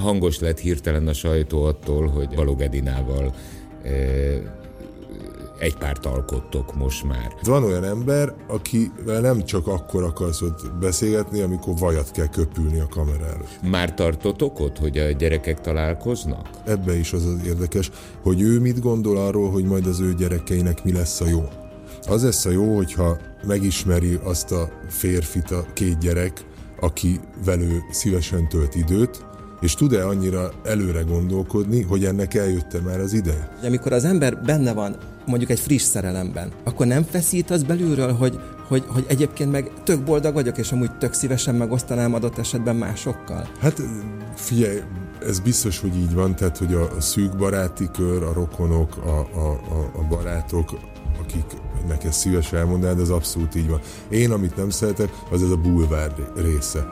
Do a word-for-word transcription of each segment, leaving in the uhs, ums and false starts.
hangos lett hirtelen a sajtó attól, hogy Balogh Edinával e, egy párt alkottok most már. Van olyan ember, akivel nem csak akkor akarsz ott beszélgetni, amikor vajat kell köpülni a kamera előtt. Már tartotok ott, hogy a gyerekek találkoznak? Ebbe is az az érdekes, hogy ő mit gondol arról, hogy majd az ő gyerekeinek mi lesz a jó. Az lesz a jó, hogyha megismeri azt a férfit, a két gyerek, aki velő szívesen tölt időt, és tud-e annyira előre gondolkodni, hogy ennek eljötte már az ideje? Amikor az ember benne van mondjuk egy friss szerelemben, akkor nem feszít az belülről, hogy, hogy, hogy egyébként meg tök boldog vagyok, és amúgy tök szívesen megosztanám adott esetben másokkal? Hát figyelj, ez biztos, hogy így van, tehát hogy a, a szűk baráti kör, a rokonok, a, a, a, a barátok, akiknek ezt szívesen elmondanád, az abszolút így van. Én, amit nem szeretek, az ez a bulvár része.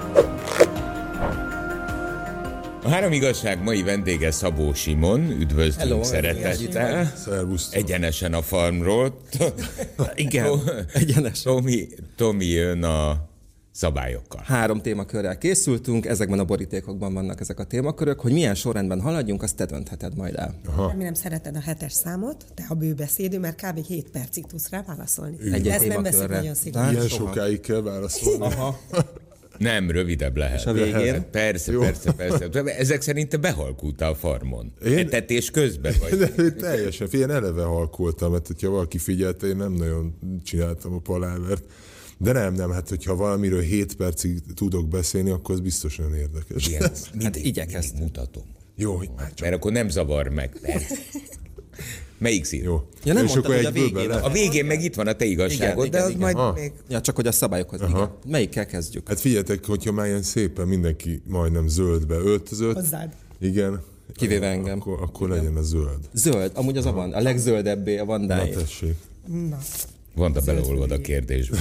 A Három igazság mai vendége Szabó Simon, üdvözlünk Hello, szeretettel. Szervusz. Egyenesen a farmról. Igen, egyenesen. Tomi, Tomi jön a szabályokkal. Három témakörrel készültünk, ezekben a borítékokban vannak ezek a témakörök, hogy milyen sorrendben haladjunk, azt te döntheted majd el. Aha. Nem szereted a hetes számot, te a bőbeszédű, mert kb. hét percig tudsz rá válaszolni. Egy nem veszik nagyon szigorúan. Ilyen sokáig kell válaszolni. Aha. Nem, rövidebb lehet. És a végén? Persze, Jó. persze, persze. Ezek szerint te behalkultál a farmon. Én? Etetés közben vagy. De teljesen. Én eleve halkoltam, mert hogyha valaki figyelte, én nem nagyon csináltam a palávert. De nem, nem, hát hogyha valamiről hét percig tudok beszélni, akkor az biztos nagyon érdekes. Igen, hát igyekeztem. Mutatom. Jó, hogy már csak. Mert akkor nem zavar meg. Melyik szín? Jó. Ja, nem és mondtad, akkor hogy a végén. A végén meg itt van a te igazságod, igen, de az igen, majd igen. még... Ja, csak hogy a szabályokhoz. Igen. Melyikkel kezdjük? Hát figyeljetek, hogyha már ilyen szépen mindenki majdnem zöldbe öltözött. Hozzád. Igen. Kivéve engem. Akkor, akkor legyen a zöld. Zöld, amúgy az a van, a legzöldebbé a vandáé. Na tessék. Na. Vanda beleolvad a kérdésbe.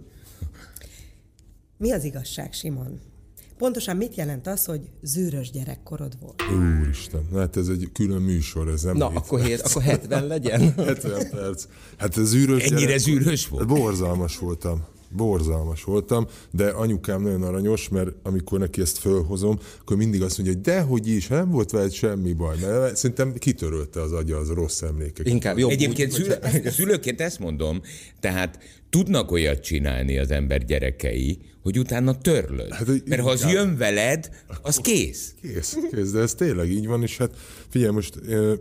Mi az igazság, Simon? Pontosan mit jelent az, hogy zűrös gyerekkorod volt? Úristen, hát ez egy külön műsor, ez nem Na, hét akkor, perc. hét, akkor hetven legyen. hetven perc. Hát ez zűrös Ennyire gyerek... zűrös volt? Borzalmas voltam. Borzalmas voltam, de anyukám nagyon aranyos, mert amikor neki ezt fölhozom, akkor mindig azt mondja, hogy dehogy is, nem volt veled semmi baj, mert szerintem kitörölte az agya az rossz emlékek. Inkább jobb. Egyébként úgy, szül- szülőként ezt mondom, tehát tudnak olyat csinálni az ember gyerekei, hogy utána törlöd. Hát, mert ha az inkább... jön veled, az kész. Kész, kész, de ez tényleg így van, és hát figyelj most,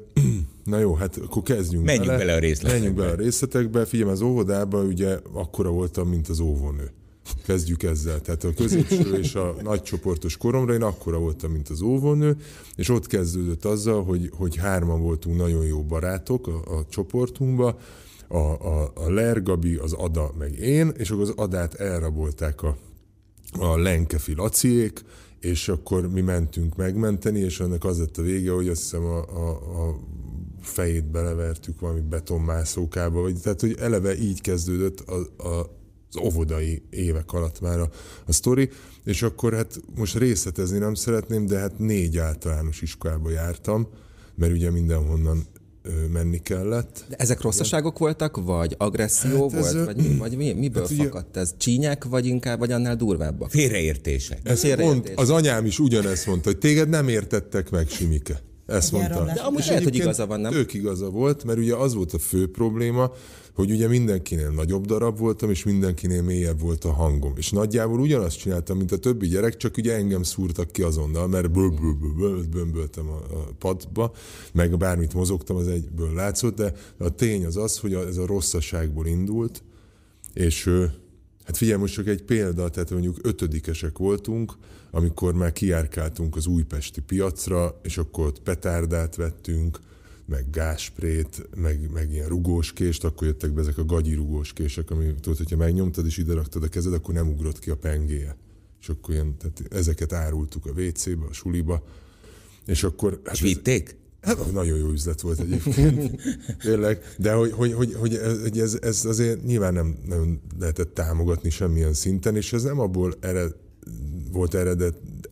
na jó, hát akkor kezdjünk Menjünk bele. bele a részletekbe. Menjünk bele a részletekbe. Figyelj, az óvodában ugye akkora voltam, mint az óvónő. Kezdjük ezzel. Tehát a középső és a nagycsoportos koromra én akkora voltam, mint az óvónő, és ott kezdődött azzal, hogy, hogy hárman voltunk nagyon jó barátok a, a csoportunkban, a, a, a Ler, Gabi, az Ada, meg én, és akkor az Adát elrabolták a, a Lenkefi Laciék, és akkor mi mentünk megmenteni, és annak az lett a vége, hogy azt hiszem a, a, a fejét belevertük valami betonmászókába, vagy, tehát hogy eleve így kezdődött a, a, az óvodai évek alatt már a, a sztori, és akkor hát most részletezni nem szeretném, de hát négy általános iskolába jártam, mert ugye mindenhonnan menni kellett. De ezek rosszaságok voltak, vagy agresszió hát volt, vagy, mi, vagy mi, miből hát fakadt ez? Csínyák, vagy inkább, vagy annál durvábbak? Félreértések. Ez Félreértés. Mond, az anyám is ugyanezt mondta, hogy téged nem értettek meg, Simike. Ezt mondta. De amúgy lehet, hogy igaza van, nem? Tök igaza volt, mert ugye az volt a fő probléma, hogy ugye mindenkinél nagyobb darab voltam, és mindenkinél mélyebb volt a hangom. És nagyjából ugyanazt csináltam, mint a többi gyerek, csak ugye engem szúrtak ki azonnal, mert bömböltem a padba, meg bármit mozogtam, az egyből látszott, de a tény az az, hogy ez a rosszaságból indult, és hát figyelj, most csak egy példa, tehát mondjuk ötödikesek voltunk, amikor már kijárkáltunk az újpesti piacra, és akkor ott petárdát vettünk, meg gázsprét, meg, meg ilyen rugóskést, akkor jöttek be ezek a gagyi rugóskések, ami tudod, hogyha megnyomtad és ide raktad a kezed, akkor nem ugrott ki a pengéje. És akkor ilyen, tehát ezeket árultuk a vécébe, a suliba, és akkor... Hát és vitték? Hát nagyon jó üzlet volt egyébként, tényleg, de hogy, hogy, hogy, hogy ez, ez azért nyilván nem, nem lehetett támogatni semmilyen szinten, és ez nem abból ered, volt eredet,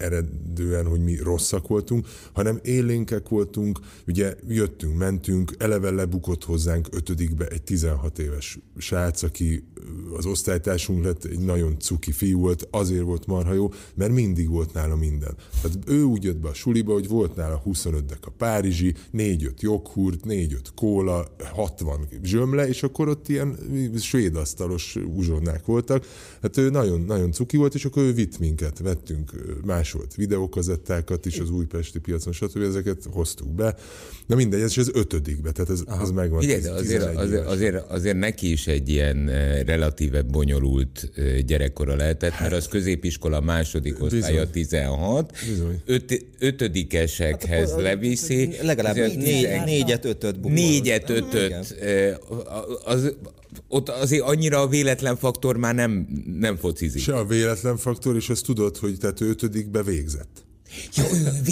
eredően, hogy mi rosszak voltunk, hanem élénkek voltunk, ugye jöttünk, mentünk, eleve lebukott hozzánk ötödikbe egy tizenhat éves srác, aki az osztálytársunk lett, egy nagyon cuki fiú volt, azért volt marha jó, mert mindig volt nála minden. Tehát ő úgy jött be a suliba, hogy volt nála huszonöt dek a párizsi, négy-öt joghurt, négy-öt kóla, hatvan zsömle, és akkor ott ilyen svéd asztalos uzsonnák voltak. Hát ő nagyon, nagyon cuki volt, és akkor ő vitt minket, vettünk másolt videókazettákat is az újpesti piacon, stb. Ezeket hoztuk be. Na mindegy, ez is az ötödikbe, tehát ez, az megvan. Figyelj, de azért, azért, azért, azért neki is egy ilyen relatíve bonyolult gyerekkora lehetett, hát, mert az középiskola második osztálya tizenhat, öt, ötödikesekhez hát, leviszi. Legalább négy, négyet, ötöt bukott. Négyet, ötöt. Az, ott azért annyira a véletlen faktor már nem, nem focizik. Se a véletlen faktor, és azt tudod, hogy tehát ő ötödikbe végzett. Jó,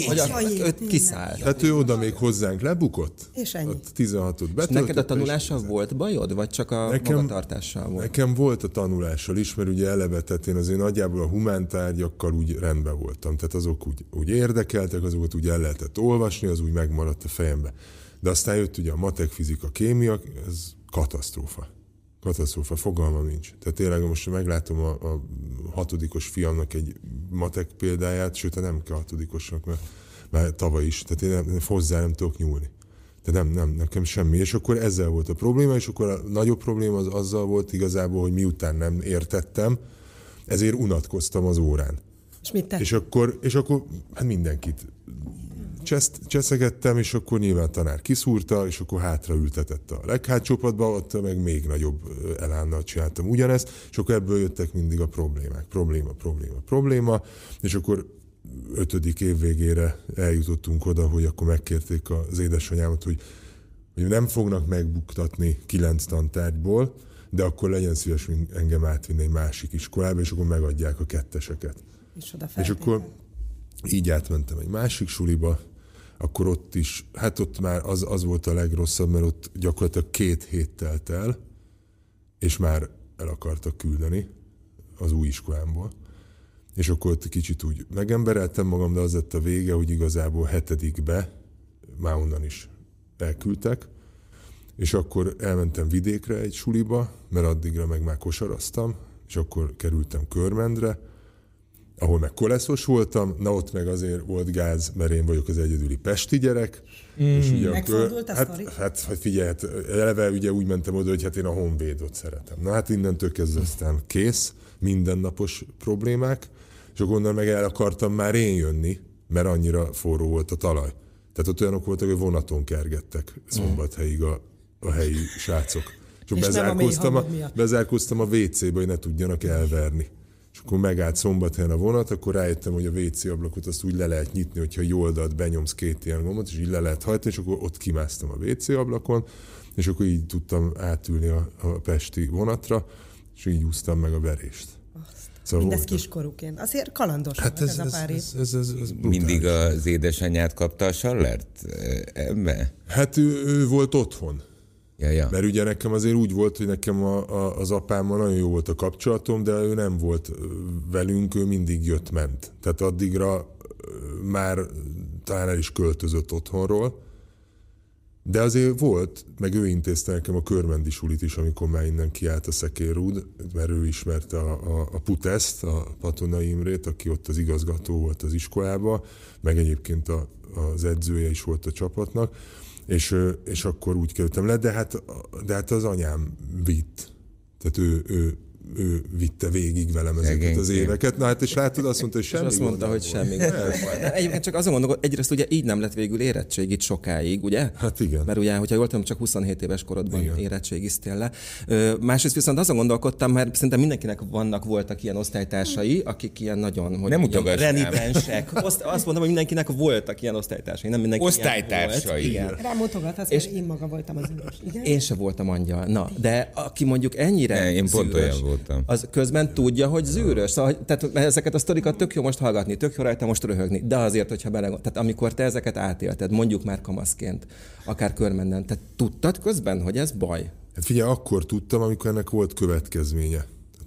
ő őt kiszállt. Tehát ő oda még hozzánk lebukott. És ennyi. A tizenhatot betöltött. Neked a tanulással volt bajod, vagy csak a nekem, magatartással volt? Nekem volt a tanulással is, mert ugye eleve, tehát én azért nagyjából a humántárgyakkal úgy rendben voltam. Tehát azok úgy, úgy érdekeltek, azokat úgy el lehetett olvasni, az úgy megmaradt a fejembe. De aztán jött ugye a matek, fizika, kémia, ez katasztrófa. Katasztrófa, fogalmam nincs. Tehát tényleg most meglátom a, a hatodikos fiamnak egy matek példáját, sőt, nem kell hatodikosnak, mert már tavaly is, tehát én nem, hozzá nem tudok nyúlni. De nem, nem, nekem semmi. És akkor ezzel volt a probléma, és akkor a nagyobb probléma az azzal volt igazából, hogy miután nem értettem, ezért unatkoztam az órán. És mit tett? És akkor, és akkor hát mindenkit Cseszt, cseszegettem, és akkor nyilván a tanár kiszúrta, és akkor hátra ültetett a leghátsó padba, ott meg még nagyobb elánnal csináltam ugyanezt, és akkor ebből jöttek mindig a problémák. Probléma, probléma, probléma, és akkor ötödik év végére eljutottunk oda, hogy akkor megkérték az édesanyámat, hogy, hogy nem fognak megbuktatni kilenc tantárgyból, de akkor legyen szíves engem átvinni egy másik iskolába, és akkor megadják a ketteseket. És, oda és akkor így átmentem egy másik suliba, akkor ott is, hát ott már az, az volt a legrosszabb, mert ott gyakorlatilag két hét telt el, és már el akartak küldeni az új iskolámból. És akkor ott kicsit úgy megembereltem magam, de az lett a vége, hogy igazából hetedikbe már onnan is elküldtek, és akkor elmentem vidékre egy suliba, mert addigra meg már kosaraztam, és akkor kerültem Körmendre, ahol meg koleszos voltam, na ott meg azért volt gáz, mert én vagyok az egyedüli pesti gyerek. Mm. És ugye megfordult a hát, sztori? hát, hát figyelj, hát eleve ugye úgy mentem oda, hogy hát én a Honvédot szeretem. Na hát innentől kezdve aztán kész, mindennapos problémák, és akkor onnan meg el akartam már én jönni, mert annyira forró volt a talaj. Tehát ott olyanok voltak, hogy vonaton kergettek Szombathelyig a, a helyi srácok. És, és bezárkóztam, a, bezárkóztam a vé cébe, hogy ne tudjanak elverni. És akkor megállt Szombathelyen a vonat, akkor rájöttem, hogy a vé cé ablakot azt úgy le lehet nyitni, hogyha jó oldalt benyomsz két ilyen gombot, és így le lehet hajtani, és akkor ott kimásztam a vé cé ablakon, és akkor így tudtam átülni a, a pesti vonatra, és így úsztam meg a verést. Szóval mindez kiskorúként. Azért kalandos hát ez, ez a pár év. Ez, ez, ez, ez Mindig az édesanyját kapta a sallert ebbe? Hát ő, ő volt otthon. Ja, ja. Mert ugye nekem azért úgy volt, hogy nekem a, a, az apámmal nagyon jó volt a kapcsolatom, de ő nem volt velünk, ő mindig jött-ment. Tehát addigra már talán el is költözött otthonról, de azért volt, meg ő intézte nekem a körmendi sulit is, amikor már innen kiállt a Szekérrúd, mert ő ismerte a, a, a Puteszt, a Patonai Imrét, aki ott az igazgató volt az iskolában, meg egyébként a, az edzője is volt a csapatnak, és, és akkor úgy kerültem le, de hát, de hát az anyám vitt. Tehát ő, ő, ő vitte végig velem ezeket Egény, az éveket. Na hát és látod, azt mondta, hogy semmi azt mondta, hogy semmi gond. Egyébként csak azon gondolom, egyrészt ugye így nem lett végül érettségit sokáig, ugye? Hát igen. Mert ugye, hogyha jól tudom, csak huszonhét éves korodban igen. érettségiztél le. Másrészt viszont azon gondolkodtam, mert szerintem mindenkinek vannak, voltak ilyen osztálytársai, akik ilyen nagyon, hogy nem ilyen renitensek. Azt mondom, hogy mindenkinek voltak ilyen osztálytársai, nem mindenki osztálytársai. Igen. Rámutogathatsz, és én maga voltam az ügyes. Igen? Én se voltam angyal. Na, de aki mondjuk ennyire ne, én pont zűrös, olyan voltam. Az közben tudja, hogy zűrös. Szóval, tehát ezeket a sztorikat tök jó most hallgatni, tök jó rajta most röhögni, de azért, hogyha belegond... Tehát amikor te ezeket átélted, mondjuk már kamaszként, akár Körmenden, tehát tudtad közben, hogy ez baj? Hát figyelj, akkor tudtam, amikor ennek volt következménye. Tehát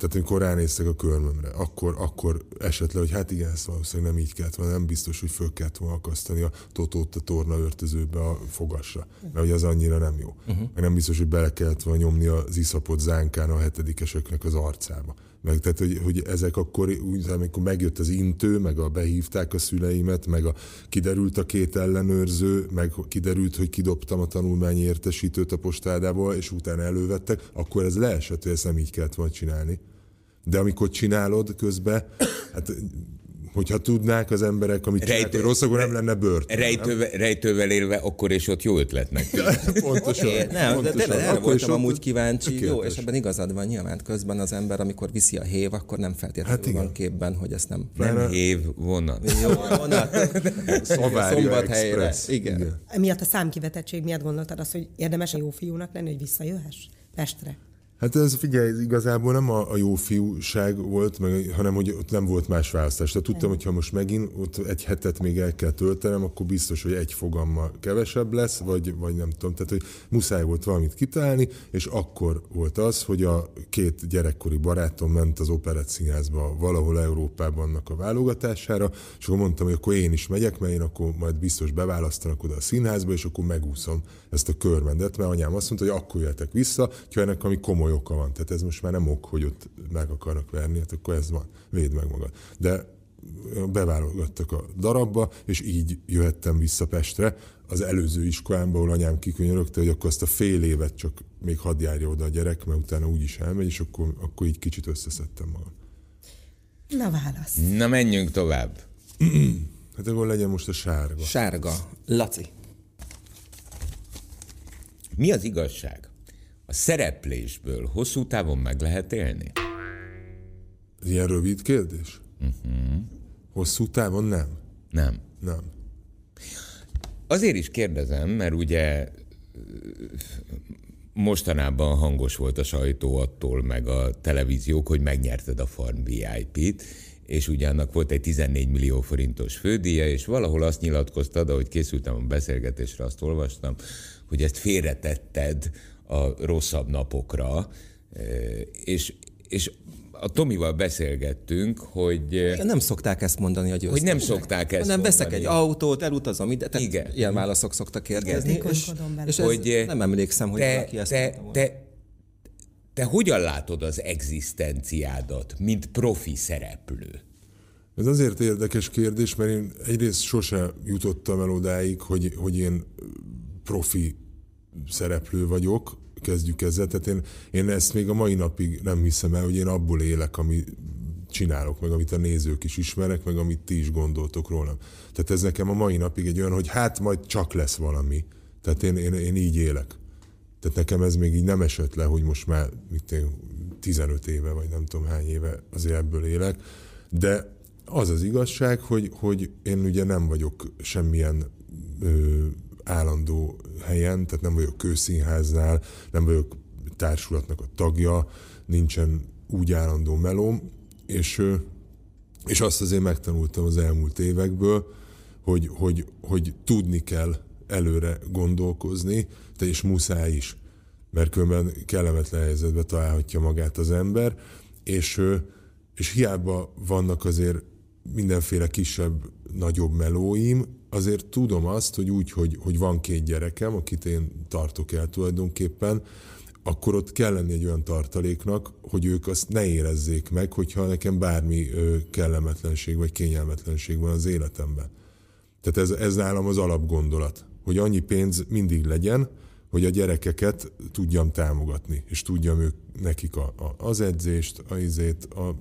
Tehát amikor ránéztek a körmömre, akkor, akkor esett le, hogy hát igen, ezt valószínűleg nem így kellett volna, nem biztos, hogy föl kellett volna akasztani a totót a torna öltözőbe a fogasra, mert ugye az annyira nem jó. Uh-huh. Meg nem biztos, hogy bele kellett volna nyomni az iszapot zánkán a hetedikeseknek az arcába. Meg, tehát, hogy, hogy ezek akkor, úgy, amikor megjött az intő, meg a behívták a szüleimet, meg a, kiderült a két ellenőrző, meg kiderült, hogy kidobtam a tanulmányi értesítőt a postádából, és utána elővettek, akkor ez leesett, hogy ezt nem így kellett volna csinálni. De amikor csinálod közben, hát hogyha tudnák az emberek, amit csinálják, hogy rossz, akkor nem lenne börtön. Rejtővel, rejtővel élve, akkor és ott jó ötletnek. Pontosan. Okay, nem, pontosan. de tényleg erre voltam amúgy kíváncsi. Tökéletes. Jó, és ebben igazad van, nyilván közben az ember, amikor viszi a hév, akkor nem feltétlenül hát van képben, hogy ezt nem... Nem hév, vonat. Jó, vonat. Szombathelyre. Igen. Igen. Miatt a számkivetettség miatt gondoltad azt, hogy érdemes a jó fiúnak lenni, hogy visszajöhess Pestre? Hát ez, figyelj, ez igazából nem a, a jó fiúság volt, meg, hanem hogy ott nem volt más választás. Tehát tudtam, hogy ha most megint ott egy hetet még el kell töltenem, akkor biztos, hogy egy fogammal kevesebb lesz, vagy, vagy nem tudom. Tehát, hogy muszáj volt valamit kitalálni, és akkor volt az, hogy a két gyerekkori barátom ment az Operettszínházba valahol Európában annak a válogatására, és akkor mondtam, hogy akkor én is megyek, mert én akkor majd biztos beválasztanak oda a színházba, és akkor megúszom ezt a körmendet, mert anyám azt mondta, hogy akkor jöhetek vissza, ha ennek ami komoly oka van. Tehát ez most már nem ok, hogy ott meg akarnak verni, hát akkor ez van. Védd meg magad. De beválogattak a darabba, és így jöhettem vissza Pestre, az előző iskolámba, ahol anyám kikönyörögte, hogy akkor azt a fél évet csak még hadd járja oda a gyerek, mert utána úgyis elmegy, és akkor, akkor így kicsit összeszedtem magam. Na válasz. Na menjünk tovább. Hát akkor legyen most a sárga. Sárga. Laci. Mi az igazság? A szereplésből hosszú távon meg lehet élni? Ilyen rövid kérdés? Uh-huh. Hosszú távon nem? Nem. Nem. Azért is kérdezem, mert ugye mostanában hangos volt a sajtó attól, meg a televíziók, hogy megnyerted a Farm vé i pét, és ugye annak volt egy tizennégy millió forintos fődíja, és valahol azt nyilatkoztad, ahogy készültem a beszélgetésre, azt olvastam, hogy ezt félretetted a rosszabb napokra, és, és a Tomival beszélgettünk, hogy... Nem szokták ezt mondani a győztesek. Hogy nem szokták ezt nem mondani. Veszek egy autót, elutazom ide, tehát igen. Ilyen válaszok szoktak érkezni, és, és ez hogy nem emlékszem, hogy te, valaki ezt te, mondta volna. Te, te hogyan látod az egzisztenciádat, mint profi szereplő? Ez azért érdekes kérdés, mert én egyrészt sose jutottam el odáig, hogy, hogy én profi szereplő vagyok, kezdjük ezzel. Tehát én, én ezt még a mai napig nem hiszem el, hogy én abból élek, amit csinálok, meg amit a nézők is ismernek, meg amit ti is gondoltok rólam. Tehát ez nekem a mai napig egy olyan, hogy hát majd csak lesz valami. Tehát én, én, én így élek. Tehát nekem ez még így nem esett le, hogy most már mit én, tizenöt éve, vagy nem tudom hány éve azért ebből élek. De az az igazság, hogy, hogy én ugye nem vagyok semmilyen ö, állandó helyen, tehát nem vagyok kőszínháznál, nem vagyok társulatnak a tagja, nincsen úgy állandó melóm, és, és azt azért megtanultam az elmúlt évekből, hogy, hogy, hogy tudni kell előre gondolkozni, de és muszáj is, mert különben kellemetlen helyzetbe találhatja magát az ember, és, és hiába vannak azért mindenféle kisebb, nagyobb melóim, azért tudom azt, hogy úgy, hogy, hogy van két gyerekem, akit én tartok el tulajdonképpen, akkor ott kell lenni egy olyan tartaléknak, hogy ők azt ne érezzék meg, hogyha nekem bármi ö, kellemetlenség vagy kényelmetlenség van az életemben. Tehát ez, ez nálam az alapgondolat, hogy annyi pénz mindig legyen, hogy a gyerekeket tudjam támogatni, és tudjam ők, nekik a, a, az edzést, a izét, a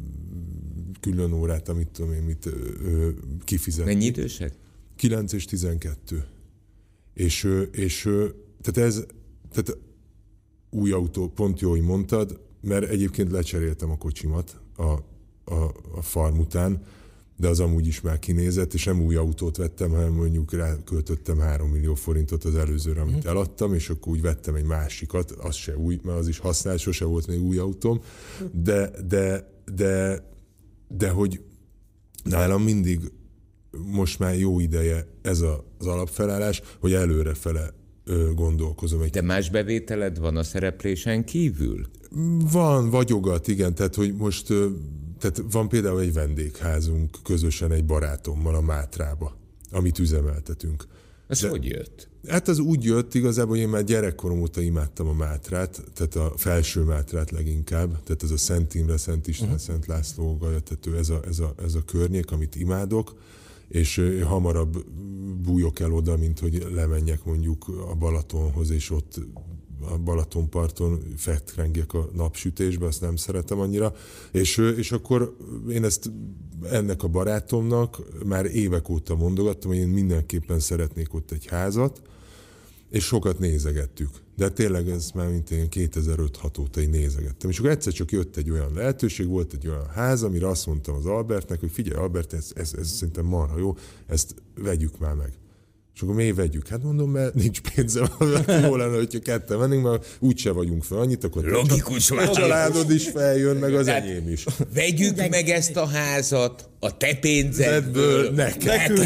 külön órát, amit tudom én, mit ö, ö, kifizetni. Mennyi idősek? kilenc és tizenkettő. És, és tehát ez, tehát új autó, pont jó, hogy mondtad, mert egyébként lecseréltem a kocsimat a, a, a farm után, de az amúgy is már kinézett, és nem új autót vettem, hanem mondjuk ráköltöttem három millió forintot az előzőre, amit eladtam, és akkor úgy vettem egy másikat, az se új, mert az is használt, sose volt még új autóm, de, de, de, de hogy nálam mindig most már jó ideje ez az alapfelállás, hogy előrefele ö, gondolkozom. De más bevételed van a szereplésen kívül? Van, vagyogat, igen. Tehát, hogy most ö, tehát van például egy vendégházunk közösen egy barátommal a Mátrába, amit üzemeltetünk. Ez De, hogy jött? Hát az úgy jött igazából, hogy én már gyerekkorom óta imádtam a Mátrát, tehát a felső Mátrát leginkább, tehát ez a Szent Imre, Szent István, uh-huh. Szent László, Galyatető, ez a, ez, a, ez a környék, amit imádok, és hamarabb bújok el oda, mint hogy lemenjek mondjuk a Balatonhoz, és ott a Balatonparton fetrengek a napsütésbe, azt nem szeretem annyira. És, és akkor én ezt ennek a barátomnak már évek óta mondogattam, hogy én mindenképpen szeretnék ott egy házat, és sokat nézegettük. De tényleg ez már mint én kétezer-öt-hat óta így nézegettem. És akkor egyszer csak jött egy olyan lehetőség, volt egy olyan ház, amire azt mondtam az Albertnek, hogy figyelj Albert, ez, ez, ez szerintem marha jó, ezt vegyük már meg. És akkor miért vegyük? Hát mondom, mert nincs pénzem, jó lenne, hogyha ketten vennénk, mert úgyse vagyunk fel annyit, akkor logikus, a családod is feljön, meg az Tehát enyém is. Vegyük meg, meg ezt a házat a te pénzedből nekünk.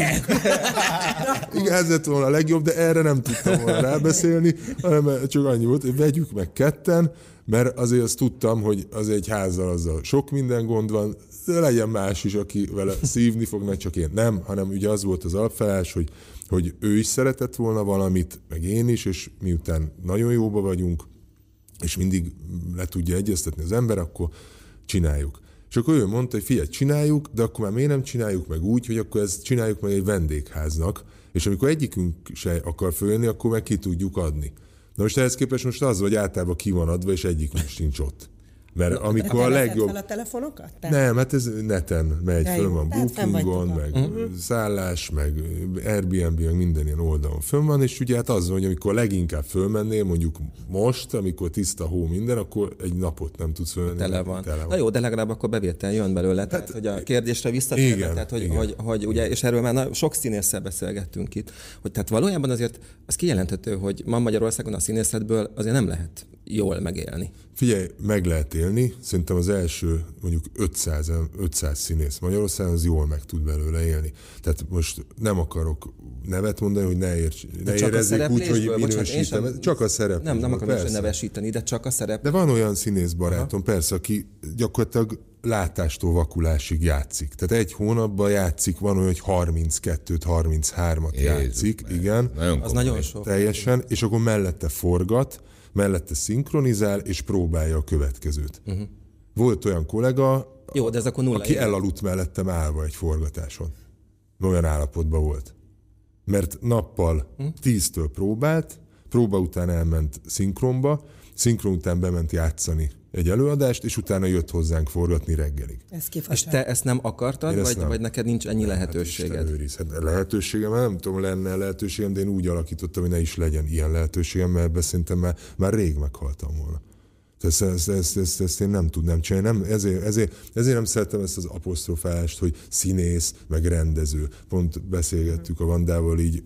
Igen, ez lett volna a legjobb, de erre nem tudtam volna rábeszélni, hanem csak annyi volt, hogy vegyük meg ketten, mert azért azt tudtam, hogy az egy házzal azzal sok minden gond van, de legyen más is, aki vele szívni fog, ne csak én. Nem, hanem ugye az volt az alapfelállás, hogy, hogy ő is szeretett volna valamit, meg én is, és miután nagyon jóba vagyunk, és mindig le tudja egyeztetni az ember, akkor csináljuk. És akkor ő mondta, hogy figyelj, csináljuk, de akkor már miért nem csináljuk meg úgy, hogy akkor ezt csináljuk meg egy vendégháznak, és amikor egyikünk se akar följönni, akkor meg ki tudjuk adni. Na most ehhez képest most az, hogy általában ki van adva, és egyikünk sincs ott. Mert amikor a legjobb... fel a telefonokat? Te? Nem, hát ez neten megy, föl van Bookingon, meg uh-huh. szállás, meg Airbnb, meg minden ilyen oldalon fönn van, és ugye hát az van, hogy amikor leginkább fölmennél, mondjuk most, amikor tiszta hó minden, akkor egy napot nem tudsz fölmenni. Tele van. Tele van. Na jó, de legalább akkor bevétel jön belőle. Hát, tehát, hogy a kérdésre visszatérve, tehát, hogy, hogy, hogy, ugye, és erről már na, sok színésszel beszélgettünk itt, hogy tehát valójában azért az kijelenthető, hogy ma Magyarországon a színészetből azért nem lehet jól megélni. Figyelj, meg lehet élni. Szerintem az első mondjuk ötszáz, ötszáz színész Magyarországon az jól meg tud belőle élni. Tehát most nem akarok nevet mondani, hogy ne, érts, ne érezzék úgy, hogy minősítem. Sem, csak a szereplésből. Nem, nem akarom nevesíteni, de csak a szerep. De van olyan színész barátom, aha. persze, aki gyakorlatilag látástól vakulásig játszik. Tehát egy hónapban játszik, van olyan, hogy harminckettőt, harminchámat Jézus, játszik. Meg. Igen. Nagyon az nagyon sok. Teljesen, és akkor mellette forgat, mellette szinkronizál, és próbálja a következőt. Uh-huh. Volt olyan kollega, jó, de ez akkor nulla aki éve. elaludt mellettem állva egy forgatáson. Olyan állapotban volt. Mert nappal uh-huh. tíztől próbált, próba után elment szinkronba, szinkron után bement játszani egy előadást, és utána jött hozzánk forgatni reggelig. Ez és te ezt nem akartad, vagy, nem. vagy neked nincs ennyi nem, lehetőséged? Hát hát lehetőségem, nem tudom, lenne lehetőségem, de én úgy alakítottam, hogy ne is legyen ilyen lehetőségem, mert ebben szerintem már, már rég meghaltam volna. Ezt, ezt, ezt, ezt, ezt én nem tudnám csinálni. Nem, ezért, ezért, ezért nem szeretem ezt az apostrofálást, hogy színész, meg rendező. Pont beszélgettük a Vandával így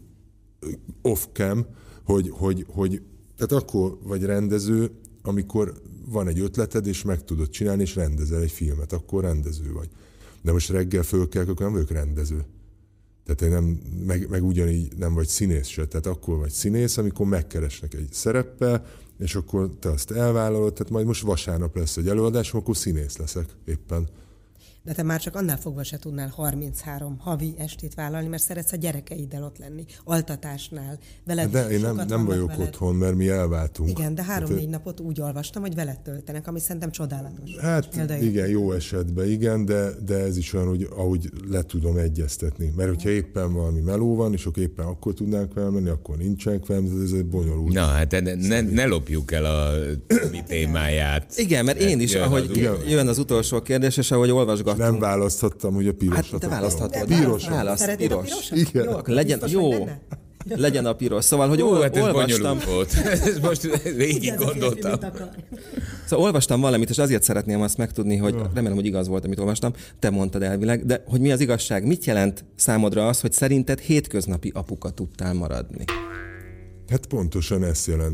off-cam, hogy, hogy, hogy tehát akkor vagy rendező, amikor van egy ötleted, és meg tudod csinálni, és rendezel egy filmet, akkor rendező vagy. De most reggel föl kell, akkor nem vagyok rendező. Tehát én nem, meg, meg ugyanígy nem vagy színész se. Tehát akkor vagy színész, amikor megkeresnek egy szereppel, és akkor te azt elvállalod, tehát majd most vasárnap lesz egy előadás, akkor színész leszek éppen. De te már csak annál fogva se tudnál harminchárom havi estét vállalni, mert szeretsz a gyerekeiddel ott lenni, altatásnál, veled. De én nem, nem vagyok veled. Otthon, mert mi elváltunk. Igen, de három-négy hát, napot úgy olvastam, hogy veled töltenek, ami szerintem csodálatos. Hát Például igen, jó esetben igen, de, de ez is olyan, hogy ahogy le tudom egyeztetni. Mert hogyha éppen valami meló van, és akkor éppen akkor tudnánk elmenni, akkor nincsenek velem, ez egy bonyolult. Na, hát ne, ne, ne lopjuk el a mi témáját. Igen, mert én is, ahogy jön az utolsó kérdés, és ahogy olvasgattam. Nem választhattam, hogy a pirosat. Hát te választhatod. Piros. Válasz, piros. Igen. Jó, akkor legyen, jó. Legyen a piros. Szóval, hogy Ó, ol, hát ez olvastam... volt. Ez most végig gondoltam. Szóval olvastam valamit, és azért szeretném azt megtudni, hogy remélem, hogy igaz volt, amit olvastam, te mondtad elvileg, de hogy mi az igazság? Mit jelent számodra az, hogy szerinted hétköznapi apuka tudtál maradni? Hát pontosan ezt jelenti.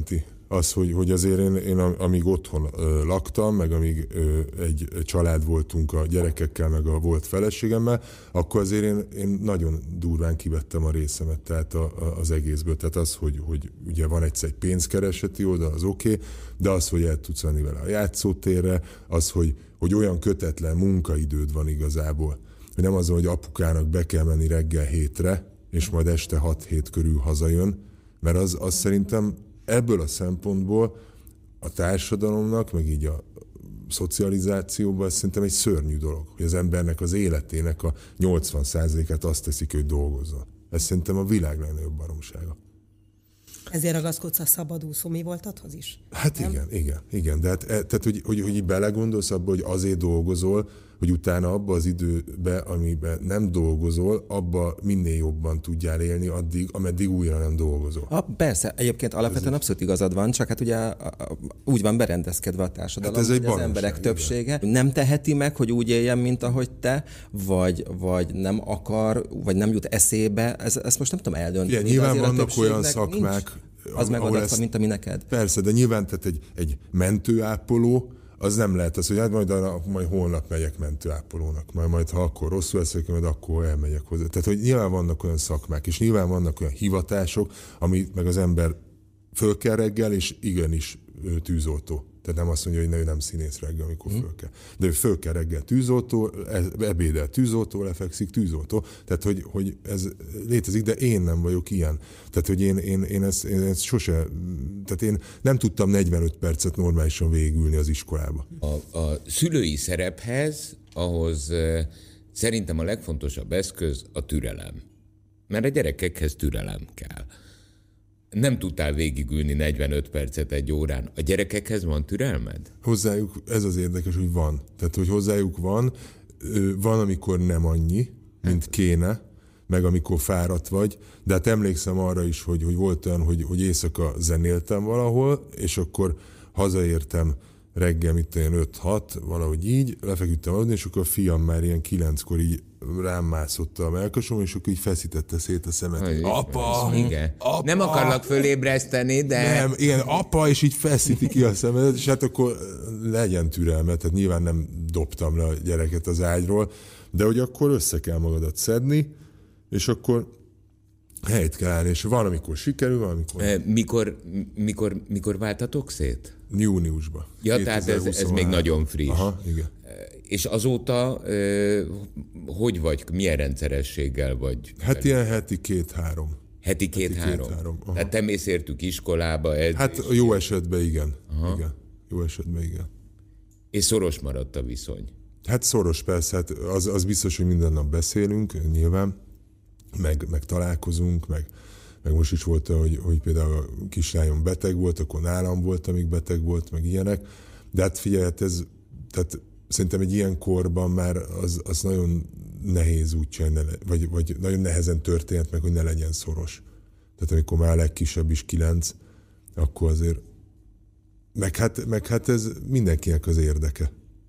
Az, hogy, hogy azért én, én amíg otthon ö, laktam, meg amíg ö, egy, egy család voltunk a gyerekekkel, meg a volt feleségemmel, akkor azért én, én nagyon durván kivettem a részemet, tehát a, a, az egészből. Tehát az, hogy, hogy ugye van egyszer egy pénzkereseti oldal, az oké, okay, de az, hogy el tudsz venni vele a játszótérre, az, hogy, hogy olyan kötetlen munkaidőd van igazából, hogy nem az, hogy apukának be kell menni reggel hétre, és majd este hat-hét körül hazajön, mert az, az szerintem ebből a szempontból a társadalomnak, meg így a szocializációban szerintem egy szörnyű dolog, hogy az embernek az életének a nyolcvan százalékát azt teszik, hogy dolgozzon. Ez szerintem a világ legnagyobb baromsága. Ezért ragaszkodsz a szabadúszó mi voltathoz is? Hát nem? igen, igen, igen. De hát, tehát, hogy, hogy, hogy így belegondolsz abba, hogy azért dolgozol, hogy utána abba az időbe, amiben nem dolgozol, abba minél jobban tudjál élni addig, ameddig újra nem dolgozol. Ha, persze, egyébként alapvetően abszolút igazad van, csak hát ugye úgy van berendezkedve a társadalom, hát ez hogy az emberek többsége igen. nem teheti meg, hogy úgy éljen, mint ahogy te, vagy, vagy nem akar, vagy nem jut eszébe. Ez, ezt most nem tudom eldönteni. Igen, nyilván vannak olyan szakmák, nincs az megadatva, mint ami neked. Persze, de nyilván tehát egy, egy mentőápoló, az nem lehet az, hogy hát majd, majd holnap megyek mentőápolónak, majd, majd ha akkor rosszul eszek, majd akkor elmegyek hozzá. Tehát, hogy nyilván vannak olyan szakmák, és nyilván vannak olyan hivatások, amit meg az ember föl kell reggel, és igenis tűzoltó. Tehát nem azt mondja, hogy ő nem színész reggel, amikor hmm. föl kell. De ő föl kell reggel tűzoltó, ebédel tűzoltó, lefekszik tűzoltó. Tehát, hogy, hogy ez létezik, de én nem vagyok ilyen. Tehát, hogy én, én, én, ezt, én ezt sose... Tehát én nem tudtam negyvenöt percet normálisan végigülni az iskolába. A, a szülői szerephez, ahhoz e, szerintem a legfontosabb eszköz a türelem. Mert a gyerekekhez türelem kell. Nem tudtál végigülni negyvenöt percet egy órán. A gyerekekhez van türelmed? Hozzájuk, ez az érdekes, hogy van. Tehát, hogy hozzájuk van, van, amikor nem annyi, mint kéne, meg amikor fáradt vagy, de hát emlékszem arra is, hogy, hogy volt olyan, hogy, hogy éjszaka zenéltem valahol, és akkor hazaértem reggel, mit én öt-hat, valahogy így, lefeküdtem aludni, és akkor a fiam már ilyen kilenckor így rám mászott a melkasom, és akkor így feszítette szét a szemet. Hogy apa! Igen. apa! Nem akarlak fölébreszteni, de... Nem, igen, apa, és így feszíti ki a szemedet, és hát akkor legyen türelmet, tehát nyilván nem dobtam le a gyereket az ágyról, de hogy akkor össze kell magadat szedni, és akkor helyt kell állni, és van, amikor sikerül, van, amikor... Mikor, mikor, mikor váltatok szét? Júniusban. Ja, tehát ez, ez még nagyon friss. Aha, igen. És azóta hogy vagy, milyen rendszerességgel vagy? Hát ilyen heti két-három. Heti két-három? Két, tehát te mész értük iskolába? Ez hát jó esetben igen. igen. Jó esetben igen. És szoros maradt a viszony? Hát szoros persze, hát az, az biztos, hogy minden nap beszélünk, nyilván, meg, meg találkozunk, meg, meg most is volt, hogy, hogy például a kislányom beteg volt, akkor nálam volt, amíg beteg volt, meg ilyenek. De hát figyelj, hát ez, tehát szerintem egy ilyen korban már az, az nagyon nehéz úgy csinálni, vagy, vagy nagyon nehezen történhet meg, hogy ne legyen szoros. Tehát amikor már a legkisebb is kilenc, akkor azért meg hát, meg hát ez mindenkinek az érdeke.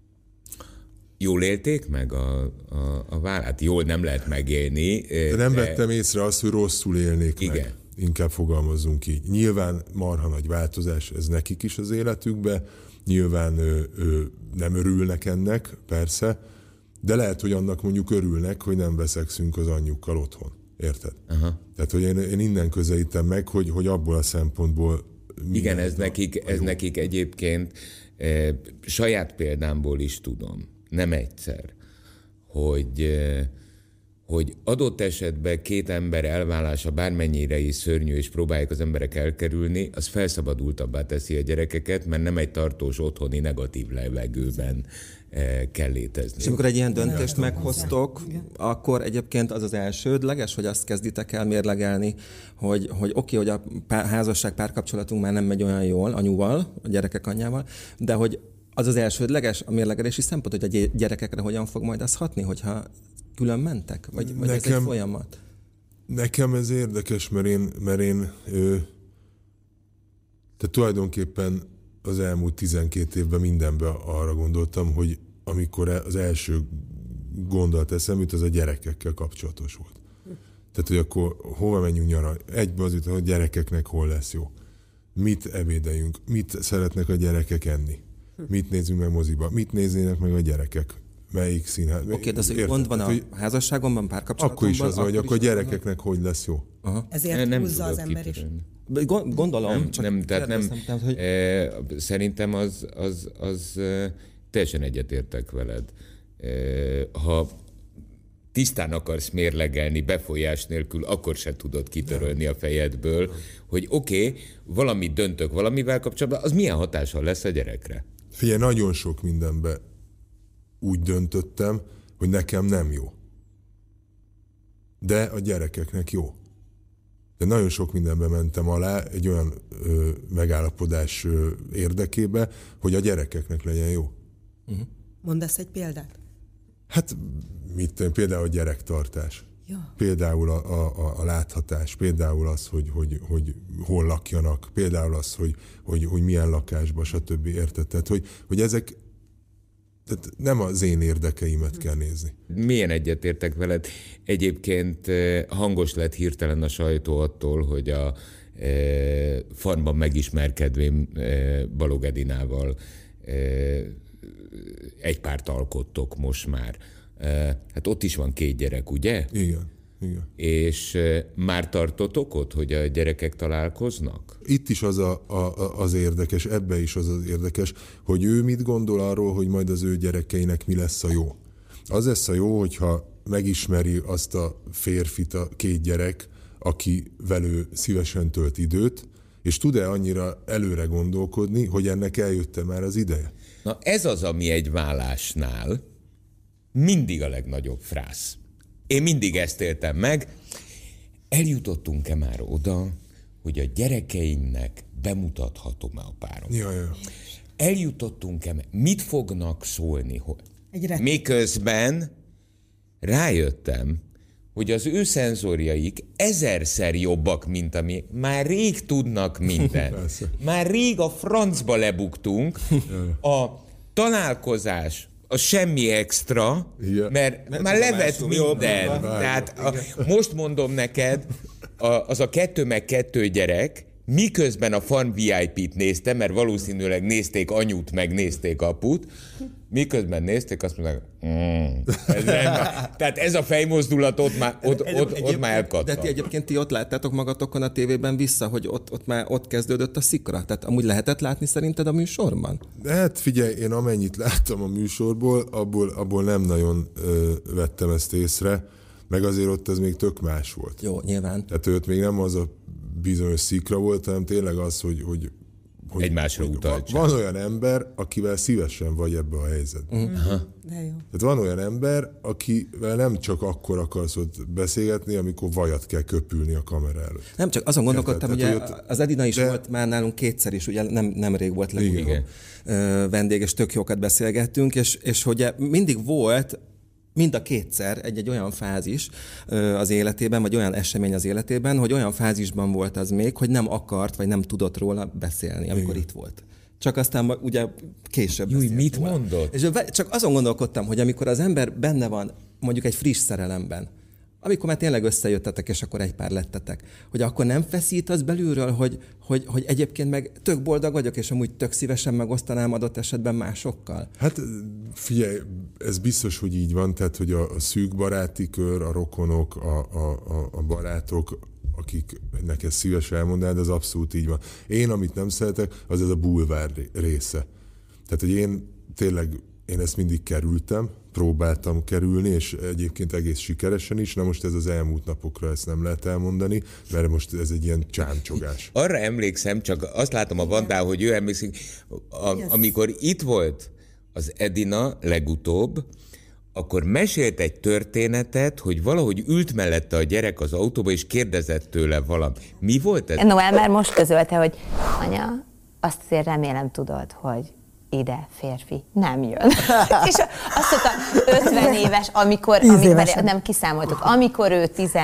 Jól élték meg a, a, a vállát? Jól nem lehet megélni. De nem de... vettem észre azt, hogy rosszul élnék Igen. meg. Inkább fogalmazzunk így. Nyilván marha nagy változás, ez nekik is az életükbe. Nyilván ő, ő nem örülnek ennek, persze, de lehet, hogy annak mondjuk örülnek, hogy nem veszekszünk az anyjukkal otthon. Érted? Aha. Tehát, hogy én, én innen közelítem meg, hogy, hogy abból a szempontból... Igen, ez, nekik, ez nekik egyébként e, saját példámból is tudom, nem egyszer, hogy, e, hogy adott esetben két ember elválása bármennyire is szörnyű, és próbálják az emberek elkerülni, az felszabadultabbá teszi a gyerekeket, mert nem egy tartós otthoni negatív levegőben e, kell létezni. És amikor egy ilyen döntést meghoztok, akkor egyébként az az elsődleges, hogy azt kezditek el mérlegelni, hogy, hogy oké, okay, hogy a pár, házasság párkapcsolatunk már nem megy olyan jól anyuval, a gyerekek anyjával, de hogy az az elsődleges a mérlegelési szempont, hogy a gyerekekre hogyan fog majd az hatni, hogyha külön mentek? Vagy, vagy nekem, ez egy folyamat? Nekem ez érdekes, mert én, mert én ö, tehát tulajdonképpen az elmúlt tizenkét évben mindenben arra gondoltam, hogy amikor az első gondolat eszembe jut, az a gyerekekkel kapcsolatos volt. Tehát, hogy akkor hova menjünk nyaralni? Egybe az jut, hogy gyerekeknek hol lesz jó. mit ebédeljünk, mit szeretnek a gyerekek enni, mit nézzünk meg moziba, mit néznének meg a gyerekek, melyik színház. Oké, okay, de az, hogy gond van a házasságomban, párkapcsolatban? Akkor is az, hogy akkor a gyerekeknek hogy lesz jó. Aha. Ezért nem húzza az ember is. Gondolom. Nem, csak nem, tehát nem, tehát, hogy... e, szerintem az, az, az e, teljesen egyetértek veled. E, ha tisztán akarsz mérlegelni befolyás nélkül, akkor se tudod kitörölni a fejedből, hogy oké, okay, valamit döntök valamivel kapcsolatban, az milyen hatással lesz a gyerekre? Figyelj, nagyon sok mindenben úgy döntöttem, hogy nekem nem jó. De a gyerekeknek jó. De nagyon sok mindenben mentem alá egy olyan ö, megállapodás ö, érdekébe, hogy a gyerekeknek legyen jó. Uh-huh. Mondasz egy példát? Hát mit tudom, például a gyerektartás. Ja. Például a, a, a láthatás, például az, hogy, hogy, hogy hol lakjanak, például az, hogy, hogy, hogy milyen lakásban, stb. Érted? Tehát, hogy, hogy ezek tehát nem az én érdekeimet kell nézni. Milyen egyetértek veled? Egyébként hangos lett hirtelen a sajtó attól, hogy a e, farmban megismerkedvén e, Balogh Edinával e, egy párt alkottok most már. E, hát ott is van két gyerek, ugye? Igen. Igen. És e, már tartotok ott, hogy a gyerekek találkoznak? Itt is az a, a, az érdekes, ebbe is az az érdekes, hogy ő mit gondol arról, hogy majd az ő gyerekeinek mi lesz a jó. Az lesz a jó, hogyha megismeri azt a férfit, a két gyerek, aki velő szívesen tölt időt, és tud-e annyira előre gondolkodni, hogy ennek eljötte már az ideje? Na ez az, ami egy vállásnál mindig a legnagyobb frász. Én mindig ezt éltem meg. Eljutottunk-e már oda, hogy a gyerekeimnek bemutathatom-e a párom? Ja, ja. Eljutottunk-e, mit fognak szólni? Miközben rájöttem, hogy az ő szenzorjaik ezerszer jobbak, mint ami. Már rég tudnak mindent. Már rég a francba lebuktunk. A találkozás a semmi extra, ja. mert nem már levett minden. Tehát a, most mondom neked, a, az a kettő meg kettő gyerek, miközben a Farm vé i pét nézte, mert valószínűleg nézték anyut, meg nézték aput, miközben nézték, azt mondták, mm, ez nem, tehát ez a fejmozdulat ott már, ott, ott, ott már elkattam. De ti egyébként ti ott láttátok magatokon a tévében vissza, hogy ott, ott már ott kezdődött a szikra? Tehát amúgy lehetett látni szerinted a műsorban? Hát figyelj, én amennyit láttam a műsorból, abból, abból nem nagyon ö, vettem ezt észre, meg azért ott ez még tök más volt. Jó, nyilván. Tehát őt még nem az a bizonyos szikra volt, hanem tényleg az, hogy, hogy, hogy egymásra utalt. Van, van olyan ember, akivel szívesen vagy ebbe a helyzetben. Uh-huh. De jó. Tehát van olyan ember, akivel nem csak akkor akarsz ott beszélgetni, amikor vajat kell köpülni a kamera előtt. Nem csak azon gondolkodtam, hogy az Edina is de... volt már nálunk kétszer is, ugye nem, nemrég volt legutóbb vendég, és tök jókat beszélgettünk, és, és hogy mindig volt mind a kétszer egy-egy olyan fázis az életében, vagy olyan esemény az életében, hogy olyan fázisban volt az még, hogy nem akart, vagy nem tudott róla beszélni, amikor igen. itt volt. Csak aztán ugye később Júj, mit róla. Mondott? És csak azon gondolkodtam, hogy amikor az ember benne van mondjuk egy friss szerelemben, amikor már tényleg összejöttetek, és akkor egy pár lettetek, hogy akkor nem feszít az belülről, hogy, hogy, hogy egyébként meg tök boldog vagyok, és amúgy tök szívesen megosztanám adott esetben másokkal? Hát figyelj, ez biztos, hogy így van, tehát hogy a, a szűk baráti kör, a rokonok, a, a, a barátok, akiknek ezt szívesen elmondanád, az abszolút így van. Én, amit nem szeretek, az ez a bulvár része. Tehát, hogy én tényleg, én ezt mindig kerültem, próbáltam kerülni, és egyébként egész sikeresen is. Na most ez az elmúlt napokra ezt nem lehet elmondani, mert most ez egy ilyen csámcsogás. Arra emlékszem, csak azt látom a Vandán, hogy ő emlékszik, a, amikor itt volt az Edina legutóbb, akkor mesélt egy történetet, hogy valahogy ült mellette a gyerek az autóba, és kérdezett tőle valami. Mi volt ez? Noel már most közölte, hogy anya, azt azért remélem tudod, hogy ide férfi nem jön. És azt mondta, ötven éves, amikor, amikor nem kiszámoltuk, amikor ő tizenhét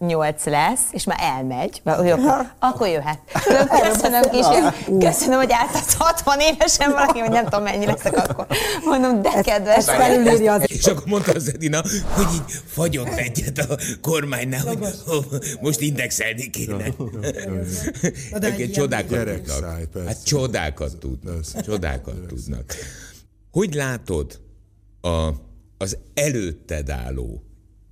nyolc lesz, és már elmegy, akkor, akkor jöhet. Köszönöm, kis, köszönöm, hogy álltasz hatvan évesen valaki, hogy nem tudom, mennyi leszek akkor. Mondom, de kedves. Ezt, és akkor mondta az Edina, hogy így fagyott egyet a kormánynál, hogy most indexelni kéne. Csodákat tudnak. Hát csodákat tudnak. Csodákat tudnak. Hogy látod a, az előtted álló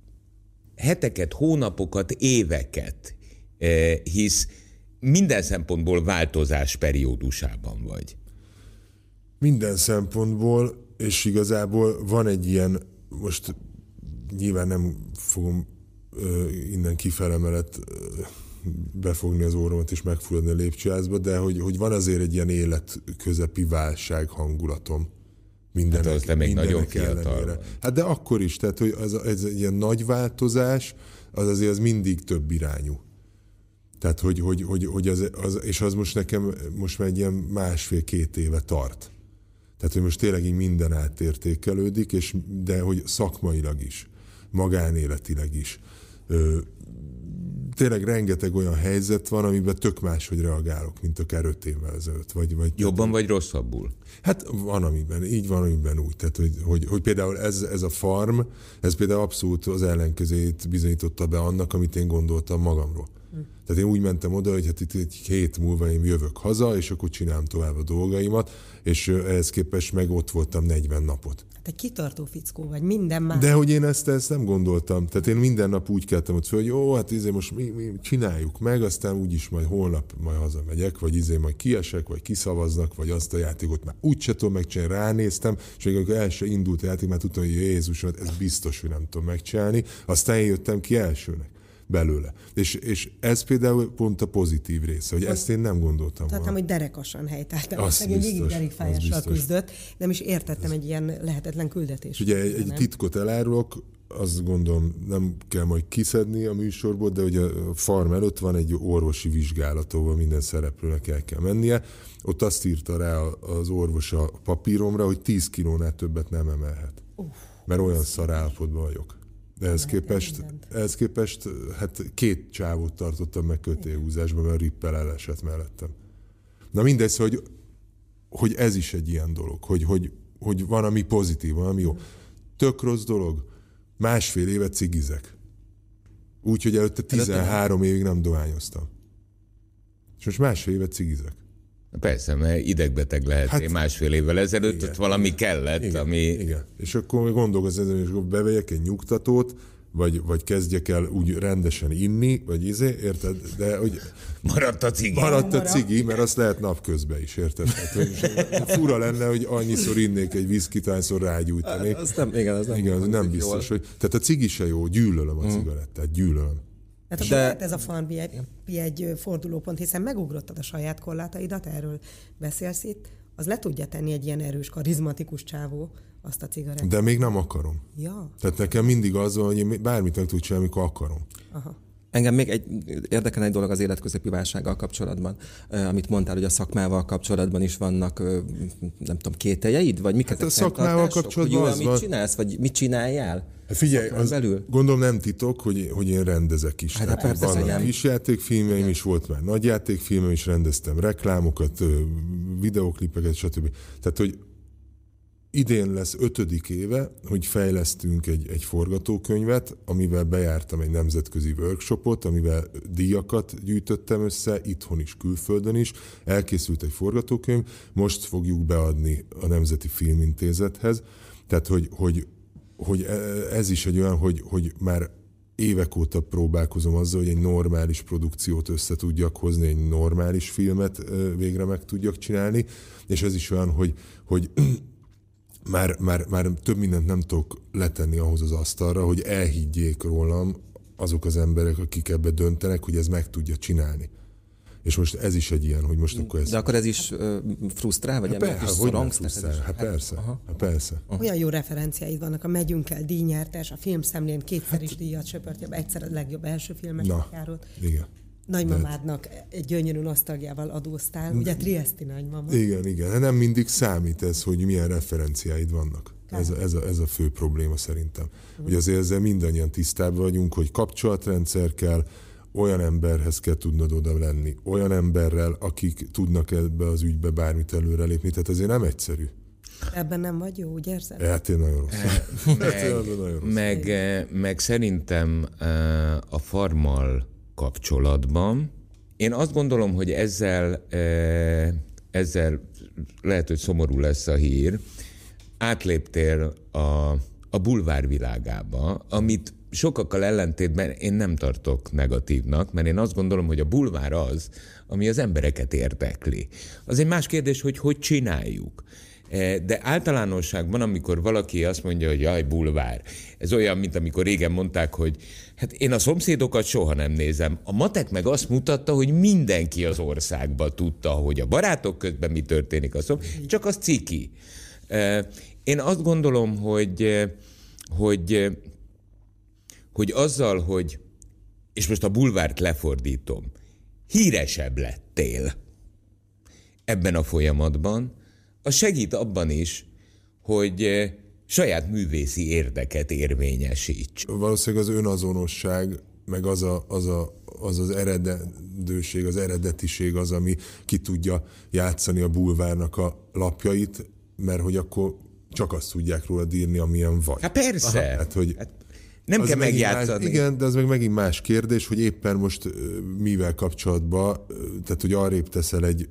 heteket, hónapokat, éveket, hisz minden szempontból változás periódusában vagy? Minden szempontból, és igazából van egy ilyen, most nyilván nem fogom innen kifele mellett befogni az orromat és megfulladni a lépcsőházba, de hogy, hogy van azért egy ilyen életközepi válság hangulatom. Mindenek, hát az te még nagyon fiatal. Hát de akkor is, tehát hogy az, ez egy ilyen nagy változás, az azért az mindig több irányú. Tehát, hogy, hogy, hogy, hogy az, az, és az most nekem most már egy ilyen másfél-két éve tart. Tehát, hogy most tényleg így minden átértékelődik, és, de hogy szakmailag is, magánéletileg is. Ö, tényleg rengeteg olyan helyzet van, amiben tök máshogy reagálok, mint akár öt évvel ezelőtt. Vagy, vagy, jobban tehát, vagy rosszabbul? Hát van amiben, így van amiben úgy. Tehát, hogy, hogy, hogy például ez, ez a farm, ez például abszolút az ellenkezőjét bizonyította be annak, amit én gondoltam magamról. Hm. Tehát én úgy mentem oda, hogy hát itt egy hét múlva én jövök haza, és akkor csinálom tovább a dolgaimat, és ehhez képest meg ott voltam negyven napot. Te kitartó fickó vagy, minden más. De hogy én ezt, ezt nem gondoltam. Tehát én minden nap úgy keltem ott fel, hogy jó, hát izé most mi, mi csináljuk meg, aztán úgyis majd holnap majd hazamegyek, vagy izé majd kiesek, vagy kiszavaznak, vagy azt a játékot már úgyse tudom megcsinálni, ránéztem, és még amikor el se indult a játék, már tudtam, hogy Jézus, ez biztos, hogy nem tudom megcsinálni. Aztán én jöttem ki elsőnek belőle. És, és ez például pont a pozitív része, hogy ezt én nem gondoltam volna. Tehát, hogy derekasan helytáltam. Szegény végig derékfájással küzdött, nem is értettem ez... egy ilyen lehetetlen küldetés. Ugye egy, egy titkot elárulok, azt gondolom nem kell majd kiszedni a műsorból, de ugye a farm előtt van egy orvosi vizsgálat, ahol minden szereplőnek el kell mennie. Ott azt írta rá az orvos a papíromra, hogy tíz kilónál többet nem emelhet. Uff, mert olyan szar állapotban vagyok. De ehhez képest, ehhez képest hát két csávót tartottam meg kötélhúzásban, mert a rippel elesett mellettem. Na mindegy, szóval, hogy, hogy ez is egy ilyen dolog, hogy, hogy, hogy van, ami pozitív, van, ami jó. Tök rossz dolog, másfél évet cigizek. Úgyhogy előtte tizenhárom évig nem dohányoztam. És most másfél évet cigizek. Persze, mert idegbeteg lehetnél hát, másfél évvel ezelőtt, igen, ott valami igen, kellett, igen, ami... Igen, és akkor gondolkozz ezen, és akkor bevegyek egy nyugtatót, vagy, vagy kezdjek el úgy rendesen inni, vagy izé, érted? De hogy... Maradt a cigi. Maradt a cigi, mert azt lehet napközben is, érted? Hát, hogy fura lenne, hogy annyiszor innék egy viszkit, annyiszor rágyújtanék. Az nem, igen, az nem, igen, az nem biztos, jól. Hogy... Tehát a cigi se jó, gyűlölöm a cigarettát, gyűlölöm. Tehát de... lehet ez a farm egy, egy fordulópont, hiszen megugrottad a saját korlátaidat, erről beszélsz itt, az le tudja tenni egy ilyen erős, karizmatikus csávó azt a cigarettát. De még nem akarom. Ja. Tehát nekem mindig az van, hogy én bármit meg tudok csinálni, amikor akarom. Aha. Engem még egy érdekel egy dolog az életközepi válsággal kapcsolatban, amit mondtál, hogy a szakmával kapcsolatban is vannak, nem tudom, kételjeid, vagy miket hát a szakmával kapcsolatban hogy mit csinálsz, vagy mit csináljál? Hát figyelj, az belül? Gondolom nem titok, hogy, hogy én rendezek is. Hát hát persze, vannak kisjátékfilmeim is, volt már nagyjátékfilmem is, rendeztem reklámokat, videóklipeket, stb. Tehát, hogy idén lesz ötödik éve, hogy fejlesztünk egy, egy forgatókönyvet, amivel bejártam egy nemzetközi workshopot, amivel díjakat gyűjtöttem össze, itthon is, külföldön is. Elkészült egy forgatókönyv, most fogjuk beadni a Nemzeti Filmintézethez. Tehát, hogy, hogy, hogy ez is egy olyan, hogy, hogy már évek óta próbálkozom azzal, hogy egy normális produkciót össze tudjak hozni, egy normális filmet végre meg tudjak csinálni, és ez is olyan, hogy, hogy Már, már, már több mindent nem tudok letenni ahhoz az asztalra, hogy elhiggyék rólam azok az emberek, akik ebbe döntenek, hogy ez meg tudja csinálni. És most ez is egy ilyen, hogy most akkor ez... De akkor ez is uh, frusztrál, vagy hát emiatt is szorongsz? Hát persze, hát persze. Aha. Olyan jó referenciáid vannak, a Megyünk el díjnyertes, a Filmszemlén kétszer is díjat söpört, egyszer a legjobb első filmes járót. Igen. Nagymamádnak egy gyönyörű nosztalgiával adóztál, ugye Trieszti nagymama. Igen, igen. Nem mindig számít ez, hogy milyen referenciáid vannak. Ez a, ez, a, ez a fő probléma szerintem. Mm. Hogy azért ezzel mindannyian tisztában vagyunk, hogy kapcsolatrendszer kell, olyan emberhez kell tudnod oda lenni, olyan emberrel, akik tudnak ebbe az ügybe bármit előrelépni, tehát ezért nem egyszerű. Ebben nem vagy jó, úgy érzed? Hát én nagyon rossz. meg, nagyon rossz. Meg, meg szerintem a farmmal kapcsolatban, én azt gondolom, hogy ezzel, ezzel lehet, hogy szomorú lesz a hír, átléptél a, a bulvár világába, amit sokakkal ellentétben én nem tartok negatívnak, mert én azt gondolom, hogy a bulvár az, ami az embereket érdekli. Az egy más kérdés, hogy hogy csináljuk. De általánosságban, amikor valaki azt mondja, hogy jaj, bulvár, ez olyan, mint amikor régen mondták, hogy hát én a szomszédokat soha nem nézem. A matek meg azt mutatta, hogy mindenki az országban tudta, hogy a barátok közben mi történik a szomszéd, csak az ciki. Én azt gondolom, hogy, hogy, hogy azzal, hogy, és most a bulvárt lefordítom, híresebb lettél ebben a folyamatban, az segít abban is, hogy saját művészi érdeket érvényesíts. Valószínűleg az önazonosság, meg az a, az, a, az, az eredendőség, az eredetiség az, ami ki tudja játszani a bulvárnak a lapjait, mert hogy akkor csak azt tudják rólad írni, amilyen vagy. Hát persze. Aha, hát, hogy hát nem kell megjátszani. Más, igen, de az meg megint más kérdés, hogy éppen most mivel kapcsolatban, tehát hogy arrébb teszel egy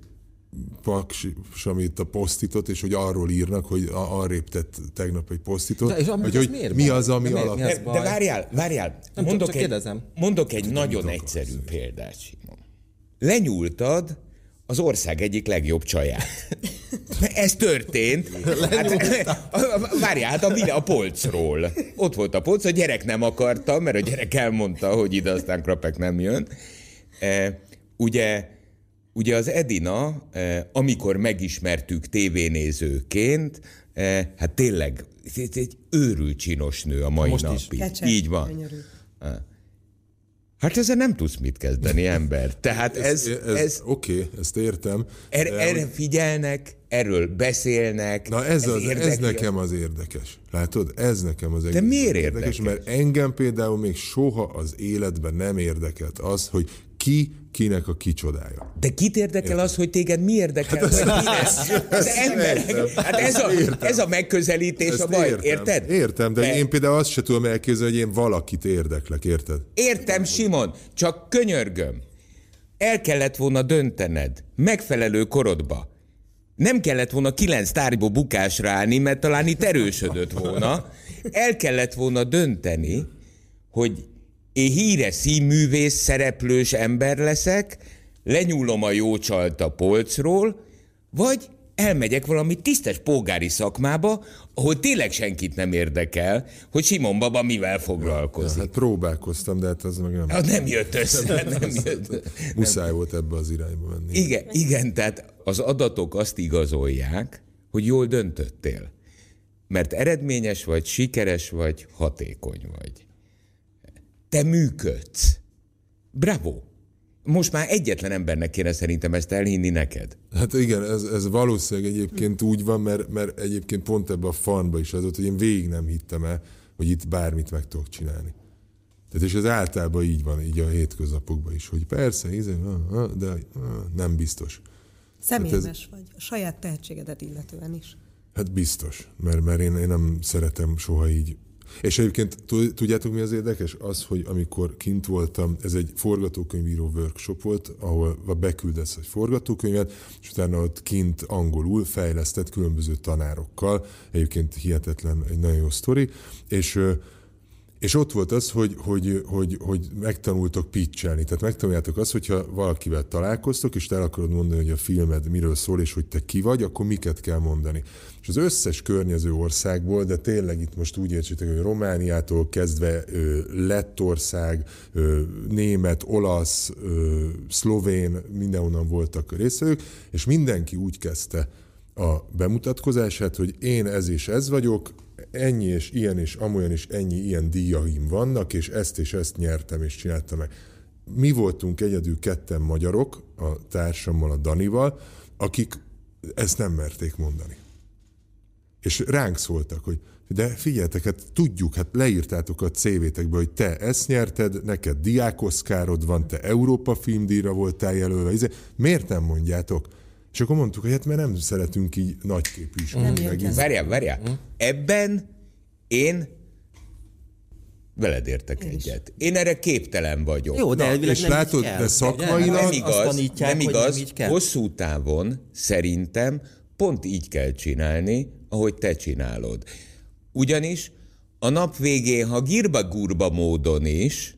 paksamit a posztitot, és hogy arról írnak, hogy arrébb tett tegnap egy posztitot. De, és hogy, hogy mi baj? Az, ami alap. De, de várjál, várjál. Nem mondok egy, mondok egy nagyon egyszerű példát, Simon. Lenyúltad az ország egyik legjobb csaját. Ez történt. Hát, várjál, hát a, a polcról. Ott volt a polc, a gyerek nem akarta, mert a gyerek elmondta, hogy ide aztán Krapek nem jön. E, ugye Ugye az Edina, amikor megismertük tévénézőként, hát tényleg egy őrült csinos nő a mai Most napig. Is. Így van. Gyönyörű. Hát ezzel nem tudsz mit kezdeni, ember. Tehát ez... ez, ez, ez Oké, okay, ezt értem. Erre, erre figyelnek, erről beszélnek. Na ez, ez, az, ez nekem az érdekes. Látod? Ez nekem az De miért érdekes? érdekes? Mert engem például még soha az életben nem érdekelt az, hogy ki kinek a kicsodája. De kit érdekel Értem. az, hogy téged mi érdekel, hát hogy ki lesz? Az emberek. Hát ez a, ez a megközelítés ezt a baj, értem. érted? Értem, de, de én például azt se tudom elképzelni, hogy én valakit érdeklek, érted? Értem, Simon, csak könyörgöm. El kellett volna döntened megfelelő korodba. Nem kellett volna kilenc tárgyból bukásra állni, mert talán itt erősödött volna. El kellett volna dönteni, hogy én híres színművész, szereplős ember leszek, lenyúlom a jó csalt a polcról, vagy elmegyek valami tisztes polgári szakmába, ahol tényleg senkit nem érdekel, hogy Simon baba mivel foglalkozik. Ja, hát próbálkoztam, de hát az meg nem... Hát nem jött össze, nem jött. Muszáj volt ebbe az irányba menni. Igen, igen, tehát az adatok azt igazolják, hogy jól döntöttél. Mert eredményes vagy, sikeres vagy, hatékony vagy. Te működsz. Bravo! Most már egyetlen embernek kéne szerintem ezt elhinni neked. Hát igen, ez, ez valószínűleg egyébként úgy van, mert, mert egyébként pont ebben a farmban is az volt, hogy én végig nem hittem el, hogy itt bármit meg tudok csinálni. Tehát és ez általában így van, így a hétköznapokban is, hogy persze, de nem biztos. Személyes ez, vagy, a saját tehetségedet illetően is. Hát biztos, mert, mert én, én nem szeretem soha így. És egyébként tudjátok, mi az érdekes? Az, hogy amikor kint voltam, ez egy forgatókönyvíró workshop volt, ahol beküldesz egy forgatókönyvet, és utána ott kint angolul fejlesztett különböző tanárokkal. Egyébként hihetetlen, egy nagyon jó sztori. És, és ott volt az, hogy, hogy, hogy, hogy megtanultok pitchelni. Tehát megtanuljátok azt, hogyha valakivel találkoztok, és te el akarod mondani, hogy a filmed miről szól, és hogy te ki vagy, akkor miket kell mondani. És az összes környező országból, de tényleg itt most úgy értsétek, hogy Romániától kezdve Lettország, német, olasz, szlovén, mindenhonnan voltak résztvevők, és mindenki úgy kezdte a bemutatkozását, hogy én ez és ez vagyok, ennyi és ilyen és amolyan és ennyi ilyen díjaim vannak, és ezt és ezt nyertem és csináltam meg. Mi voltunk egyedül ketten magyarok, a társammal, a Danival, akik ezt nem merték mondani. És ránk szóltak, hogy de figyeljetek, hát tudjuk, hát leírtátok a cé vé-tekbe, hogy te ezt nyerted, neked diákoszkárod van, te Európa filmdíjra voltál jelölve, miért nem mondjátok? És akkor mondtuk, hogy hát mert nem szeretünk így nagyképű iskolát. Várjál, várjál. Ebben én veled értek én egyet. Én erre képtelen vagyok. Jó, de Na, és látod, de szakmailag nem igaz, nem igaz. Nem hosszú távon szerintem pont így kell csinálni, ahogy te csinálod. Ugyanis a nap végén, ha girba-gurba módon is,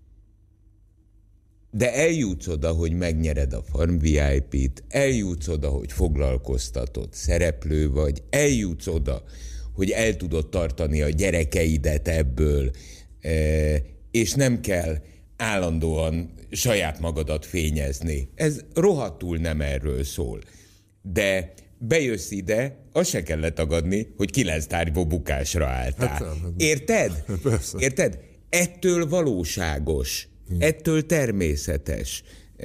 de eljutsz oda, hogy megnyered a Farm vé i pét, eljutsz oda, hogy foglalkoztatott szereplő vagy, eljutsz oda, hogy el tudod tartani a gyerekeidet ebből, és nem kell állandóan saját magadat fényezni. Ez rohadtul nem erről szól. De bejössz ide, azt se kell letagadni, hogy kilenc tárgyból bukásra álltál. Hát, hát, Érted? Persze. Érted? Ettől valóságos, ettől természetes.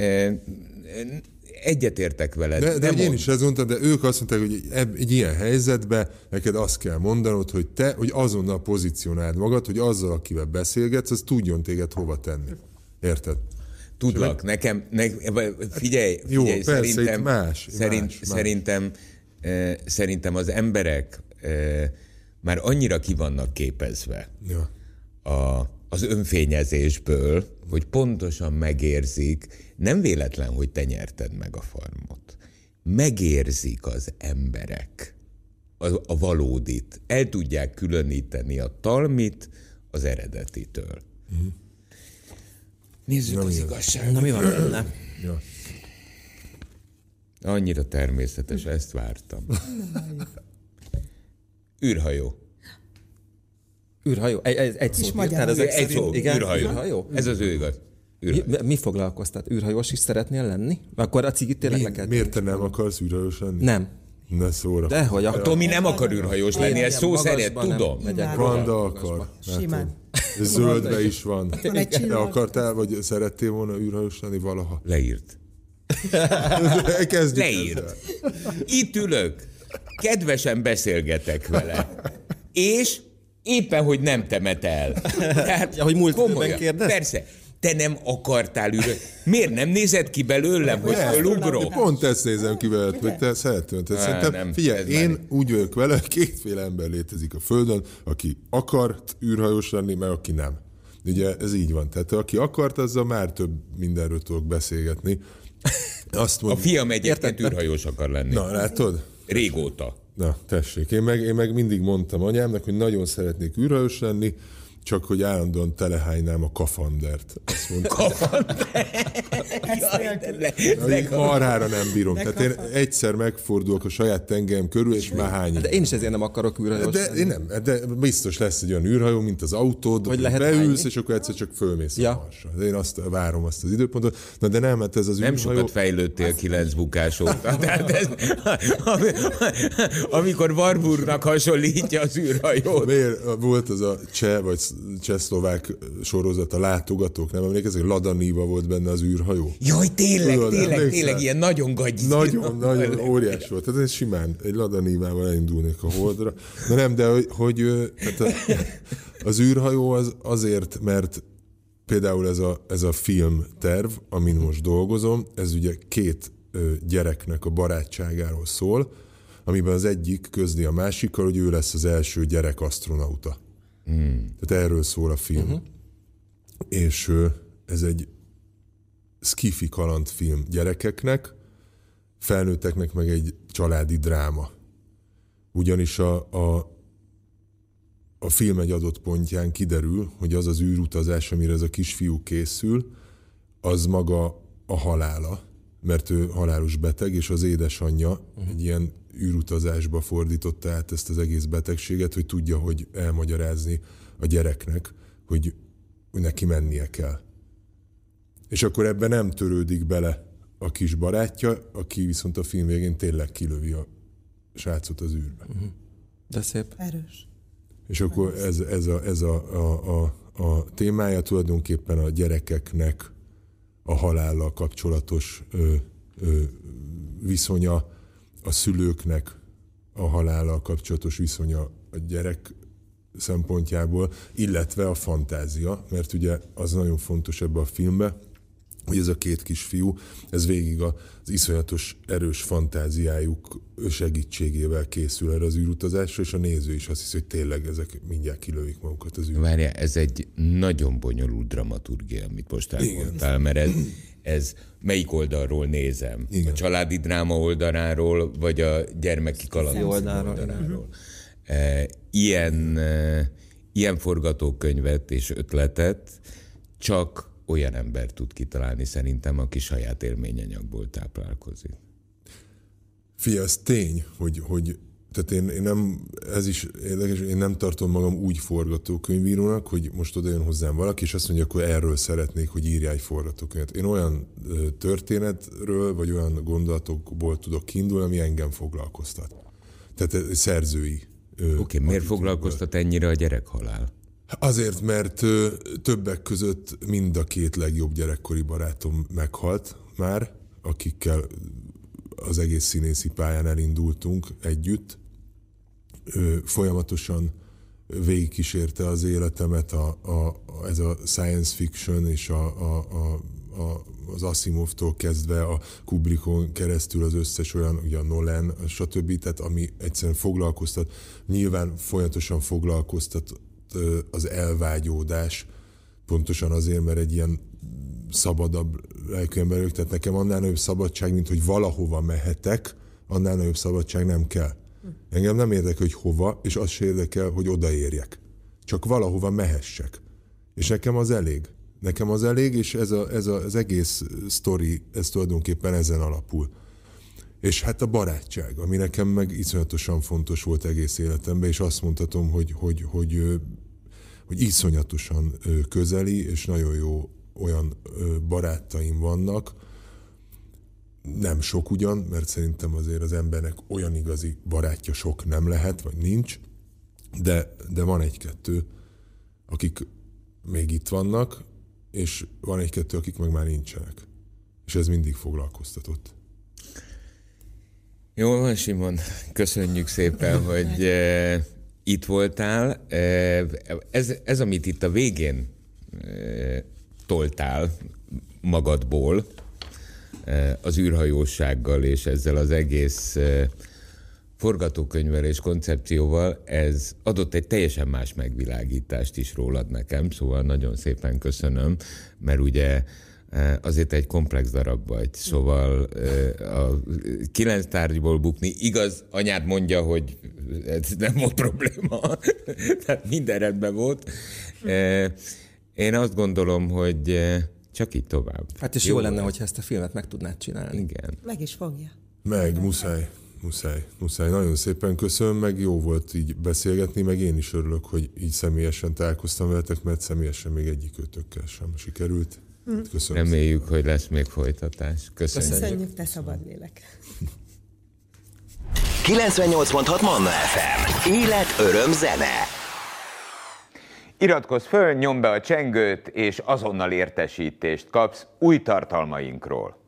Egyetértek veled. De, de én is ezt mondtam, de ők azt mondták, hogy egy ilyen helyzetben neked azt kell mondanod, hogy te, hogy azonnal pozícionáld magad, hogy azzal, akivel beszélgetsz, az tudjon téged hova tenni. Érted? Tudlak, nekem, ne, figyelj, Jó, figyelj persze, szerintem, más, szerint, más, szerintem, eh, szerintem az emberek eh, már annyira ki vannak képezve ja. a, az önfényezésből, hogy pontosan megérzik, nem véletlen, hogy te nyerted meg a Farmot. Megérzik az emberek a, a valódit. El tudják különíteni a talmit az eredetitől. Mm. Nézzük Na, az igazságot. Na mi van benne? Ja. Annyira természetes, ezt vártam. űrhajó. űrhajó? Egy, egy, egy szót írtál ezek Egy szó, igen, űrhajó. űrhajó. Ez az ő igaz. Mi, mi foglalkoztat? űrhajós is szeretnél lenni? Akkor a cigit tényleg le kell. Miért te nem akarsz űrhajós lenni? Nem. Ne szóra. Dehogy a Tomi nem akar űrhajós lenni, ez szó szerint tudom. Vanda akar. Simán. Zöldbe is van. Te akartál, vagy szerettél volna űrhajós lenni valaha? Leírt. Kezdjük Leírt. ezzel. Itt ülök. Kedvesen beszélgetek vele. És éppen, hogy nem temet el. Tehát, ja, hogy múlt időben kérdez? Persze. Te nem akartál ürös. Miért nem nézed ki belőlem, hogy felugrok? Pont ezt nézem ki veled, hogy te szeretnél. Szerintem, figyelj, én már... úgy vagyok vele, hogy kétféle ember létezik a Földön, aki akart űrhajós lenni, meg aki nem. Ugye ez így van. Tehát aki akart, azzal már több mindenről tudok beszélgetni. Azt mondom, a fiam egyébként űrhajós akar lenni. Na, látod? Régóta. Na, tessék. Én meg, én meg mindig mondtam anyámnak, hogy nagyon szeretnék űrhajós lenni, csak hogy állandóan telehánynám a kafandert. Azt mondta. Kafandert? Marhára nem bírom. Tehát én egyszer megfordulok a saját tengerem körül, és már hány. De én is ezért nem akarok űrhajós. De, én nem, de biztos lesz egy olyan űrhajó, mint az autód, hogy lehet beülsz, hányni? És akkor egyszer csak fölmész ja. a Marsra. Én azt várom azt az időpontot. Na de nem, mert ez az nem űrhajó... Nem sokat fejlődtél kilenc bukás óta. Ez, amikor Warburgnak hasonlítja az űrhajót. Miért volt az a cseh, vagy csehszlovák sorozat, a Látogatók, nem emlékeztek? Lada Niva volt benne az űrhajó. Jaj, tényleg, Tudod, tényleg, emlékszel? Tényleg, ilyen nagyon gagyi. Nagyon, nagyon óriás volt. Tehát ez simán egy Lada Nivával elindulnék a Holdra. De nem, de hogy, hogy tehát a, az űrhajó az azért, mert például ez a, ez a filmterv, amin most dolgozom, ez ugye két gyereknek a barátságáról szól, amiben az egyik közli a másikkal, hogy ő lesz az első gyerek asztronauta. Hmm. Tehát erről szól a film. Uh-huh. És ez egy skifi kalandfilm gyerekeknek, felnőtteknek meg egy családi dráma. Ugyanis a, a, a film egy adott pontján kiderül, hogy az az űrutazás, amire ez a kisfiú készül, az maga a halála, mert ő halálos beteg, és az édesanyja uh-huh. egy ilyen űrutazásba fordította át ezt az egész betegséget, hogy tudja, hogy elmagyarázni a gyereknek, hogy neki mennie kell. És akkor ebben nem törődik bele a kis barátja, aki viszont a film végén tényleg kilövi a srácot az űrbe. Uh-huh. De szép. Erős. És akkor ez, ez, a, ez a, a, a, a témája tulajdonképpen a gyerekeknek a halállal kapcsolatos ö, ö, viszonya, a szülőknek a halállal kapcsolatos viszonya a gyerek szempontjából, illetve a fantázia, mert ugye az nagyon fontos ebbe a filmbe, hogy ez a két kisfiú, ez végig az iszonyatos erős fantáziájuk segítségével készül erre az űrutazásra, és a néző is azt hiszi, hogy tényleg ezek mindjárt kilövik magukat az űrbe. Várjál, ez egy nagyon bonyolult dramaturgia, amit most elmondtál, mert ez, ez melyik oldalról nézem? Igen. A családi dráma oldaláról, vagy a gyermeki kalandfilm oldalról? oldalról? Ilyen, ilyen forgatókönyvet és ötletet csak olyan ember tud kitalálni szerintem, aki saját élményanyagból táplálkozik. Fia, ez tény, hogy, hogy tehát én, én nem, ez is érdekes, én nem tartom magam úgy forgatókönyvírónak, hogy most oda jön hozzám valaki, és azt mondja, akkor erről szeretnék, hogy írjál egy forgatókönyvet. Én olyan történetről, vagy olyan gondolatokból tudok kiindulni, ami engem foglalkoztat. Tehát szerzői. Oké, okay, miért foglalkoztat ennyire a gyerekhalál? Azért, mert ö, többek között mind a két legjobb gyerekkori barátom meghalt már, akikkel az egész színészi pályán elindultunk együtt. Ö, folyamatosan végigkísérte az életemet a, a, a, ez a science fiction és a, a, a, a, az Asimovtól kezdve a Kubrickon keresztül az összes olyan, ugye a Nolan, stb. Tehát ami egyszerűen foglalkoztat, nyilván folyamatosan foglalkoztat az elvágyódás, pontosan azért, mert egy ilyen szabadabb lelkű vagyok, tehát nekem annál nagyobb szabadság, mint hogy valahova mehetek, annál nagyobb szabadság nem kell. Engem nem érdekel, hogy hova, és az se érdekel, hogy odaérjek. Csak valahova mehessek. És nekem az elég. Nekem az elég, és ez, a, ez a, az egész sztori, ez tulajdonképpen ezen alapul. És hát a barátság, ami nekem meg iszonyatosan fontos volt egész életemben, és azt mondhatom, hogy, hogy, hogy, hogy iszonyatosan közeli, és nagyon jó olyan barátaim vannak. Nem sok ugyan, mert szerintem azért az embernek olyan igazi barátja sok nem lehet, vagy nincs, de, de van egy-kettő, akik még itt vannak, és van egy-kettő, akik meg már nincsenek. És ez mindig foglalkoztatott. Jól van, Simon. Köszönjük szépen, hogy e, itt voltál. E, ez, ez, amit itt a végén e, toltál magadból, e, az űrhajóssággal és ezzel az egész e, forgatókönyvvel és koncepcióval, ez adott egy teljesen más megvilágítást is rólad nekem, szóval nagyon szépen köszönöm, mert ugye azért egy komplex darab vagy, szóval a kilenc tárgyból bukni, igaz, anyád mondja, hogy ez nem volt probléma, tehát minden rendben volt. Én azt gondolom, hogy csak így tovább. Hát és jó, jó lenne, hogyha ezt a filmet meg tudnád csinálni. Igen. Meg is fogja. Meg, muszáj. Muszáj, muszáj. Nagyon szépen köszönöm, meg jó volt így beszélgetni, meg én is örülök, hogy így személyesen találkoztam veletek, mert személyesen még egyik ötökkel sem sikerült. Köszönöm. Reméljük, szépen, hogy lesz még folytatás. Köszönjük. Köszönjük, te szabad lélek. kilencvennyolc pont hat Manna ef em. Élet, öröm, zene. Iratkozz föl, nyomd be a csengőt, és azonnal értesítést kapsz új tartalmainkról.